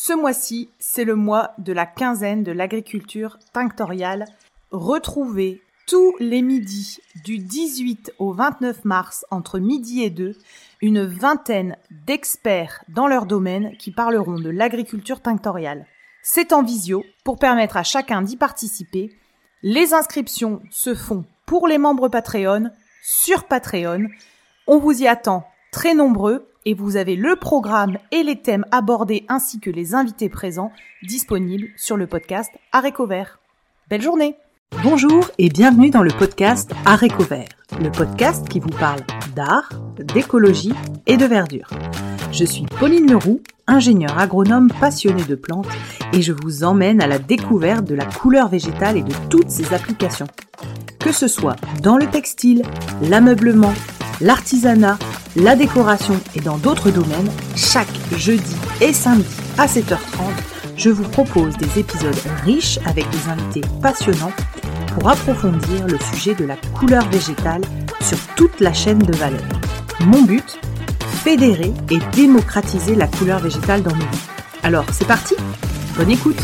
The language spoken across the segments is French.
Ce mois-ci, c'est le mois de la quinzaine de l'agriculture tinctoriale. Retrouvez tous les midis du 18 au 29 mars, entre midi et 2, une vingtaine d'experts dans leur domaine qui parleront de l'agriculture tinctoriale. C'est en visio pour permettre à chacun d'y participer. Les inscriptions se font pour les membres Patreon sur Patreon. On vous y attend très nombreux et vous avez le programme et les thèmes abordés ainsi que les invités présents disponibles sur le podcast Haricots Verts. Belle journée! Bonjour et bienvenue dans le podcast Haricots Verts, le podcast qui vous parle d'art, d'écologie et de verdure. Je suis Pauline Leroux, ingénieure agronome passionnée de plantes et je vous emmène à la découverte de la couleur végétale et de toutes ses applications. Que ce soit dans le textile, l'ameublement, l'artisanat, la décoration et dans d'autres domaines, chaque jeudi et samedi à 7h30, je vous propose des épisodes riches avec des invités passionnants pour approfondir le sujet de la couleur végétale sur toute la chaîne de valeur. Mon but, fédérer et démocratiser la couleur végétale dans nos vies. Alors, c'est parti, bonne écoute.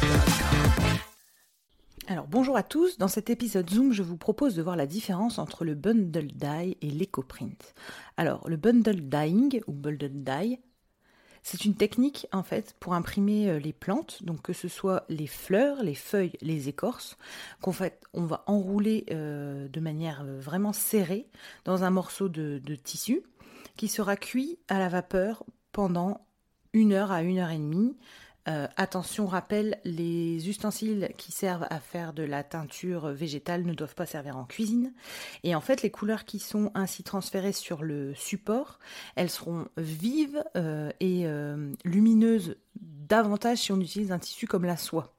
Alors bonjour à tous, dans cet épisode Zoom, je vous propose de voir la différence entre le bundle dye et l'éco-print. Alors le bundle dyeing ou bundle dye, c'est une technique en fait pour imprimer les plantes, donc que ce soit les fleurs, les feuilles, les écorces, qu'en fait on va enrouler de manière vraiment serrée dans un morceau de tissu qui sera cuit à la vapeur pendant 1 heure à 1 heure et demie. Attention, rappel, les ustensiles qui servent à faire de la teinture végétale ne doivent pas servir en cuisine. Et en fait, les couleurs qui sont ainsi transférées sur le support, elles seront vives et lumineuses davantage si on utilise un tissu comme la soie.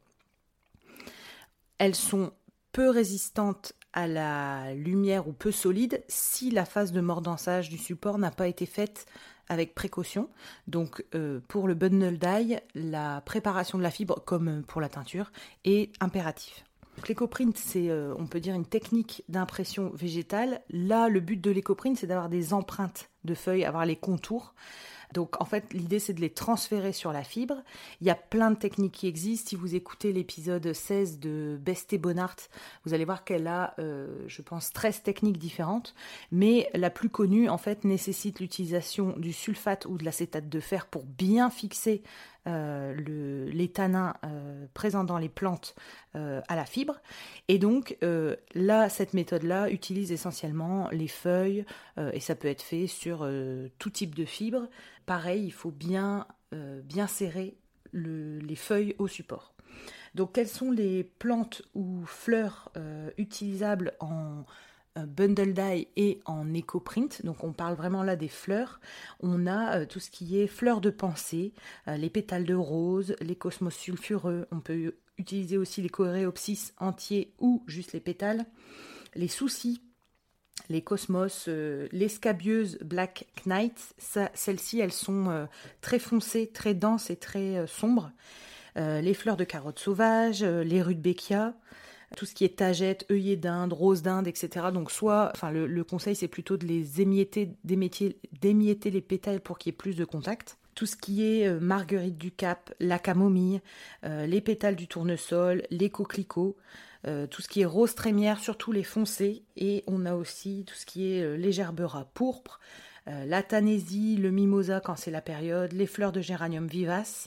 Elles sont peu résistantes à la lumière ou peu solides si la phase de mordançage du support n'a pas été faite avec précaution. Donc pour le bundle dye, la préparation de la fibre, comme pour la teinture, est impératif. L'éco-print, c'est, on peut dire, une technique d'impression végétale. Là, le but de l'éco-print, c'est d'avoir des empreintes de feuilles, avoir les contours. Donc en fait, l'idée, c'est de les transférer sur la fibre. Il y a plein de techniques qui existent. Si vous écoutez l'épisode 16 de Besté Bonnart, vous allez voir qu'elle a, je pense, 13 techniques différentes. Mais la plus connue, en fait, nécessite l'utilisation du sulfate ou de l'acétate de fer pour bien fixer les tanins présents dans les plantes à la fibre. Et donc là, cette méthode-là utilise essentiellement les feuilles et ça peut être fait sur tout type de fibre. Pareil, il faut bien serrer les feuilles au support. Donc quelles sont les plantes ou fleurs utilisables en bundle dye et en éco-print? Donc on parle vraiment là des fleurs. On a tout ce qui est fleurs de pensée, les pétales de rose, les cosmos sulfureux. On peut utiliser aussi les coréopsis entiers ou juste les pétales, les soucis, les cosmos, les scabieuses Black Knight. Celles-ci, elles sont très foncées, très denses et très sombres. Les fleurs de carotte sauvage, les rudbeckia, tout ce qui est tagette, œillet d'Inde, rose d'Inde, etc. Donc le conseil, c'est plutôt de les d'émietter les pétales pour qu'il y ait plus de contact. Tout ce qui est marguerite du Cap, la camomille, les pétales du tournesol, les coquelicots, tout ce qui est rose trémière, surtout les foncés. Et on a aussi tout ce qui est les gerbera pourpres, la tanésie, le mimosa quand c'est la période, les fleurs de géranium vivace.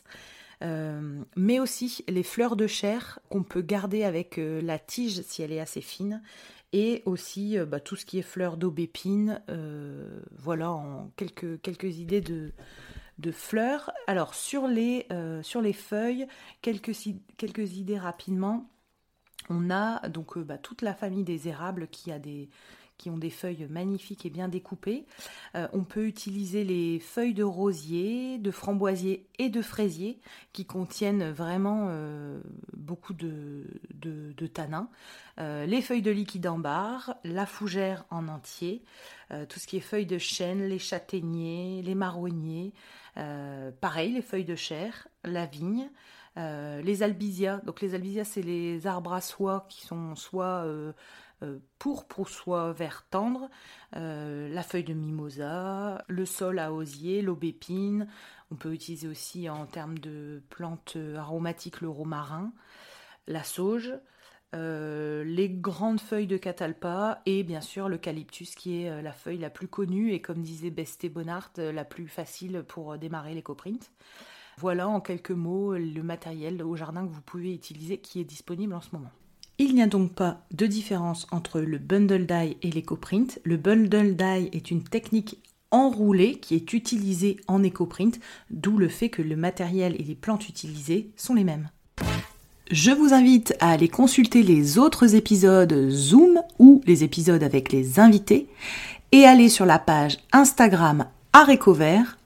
Mais aussi les fleurs de chair qu'on peut garder avec la tige si elle est assez fine, et aussi tout ce qui est fleurs d'aubépine. Voilà, en quelques idées de fleurs. Alors sur les feuilles, quelques idées rapidement. On a donc toute la famille des érables qui ont des feuilles magnifiques et bien découpées. On peut utiliser les feuilles de rosier, de framboisier et de fraisier qui contiennent vraiment beaucoup de tanins. Les feuilles de liquide ambar, la fougère en entier, tout ce qui est feuilles de chêne, les châtaigniers, les marronniers, pareil, les feuilles de chair, la vigne. Les albizia, donc les albizia, c'est les arbres à soie qui sont soit pourpre ou soit vert tendre, la feuille de mimosa, le sol à osier, l'aubépine. On peut utiliser aussi en termes de plantes aromatiques le romarin, la sauge, les grandes feuilles de catalpa et bien sûr l'eucalyptus qui est la feuille la plus connue et comme disait Besté Bonnard, la plus facile pour démarrer l'écoprint. Voilà en quelques mots le matériel au jardin que vous pouvez utiliser qui est disponible en ce moment. Il n'y a donc pas de différence entre le bundle dye et l'écoprint. Le bundle dye est une technique enroulée qui est utilisée en écoprint, d'où le fait que le matériel et les plantes utilisées sont les mêmes. Je vous invite à aller consulter les autres épisodes Zoom ou les épisodes avec les invités et aller sur la page Instagram Arécovert,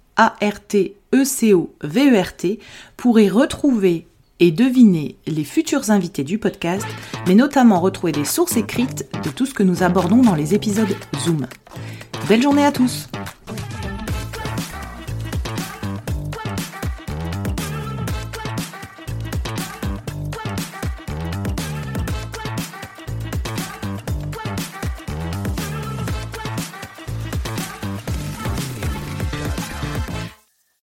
ARTECOVERT, pour y retrouver et deviner les futurs invités du podcast, mais notamment retrouver des sources écrites de tout ce que nous abordons dans les épisodes Zoom. Belle journée à tous!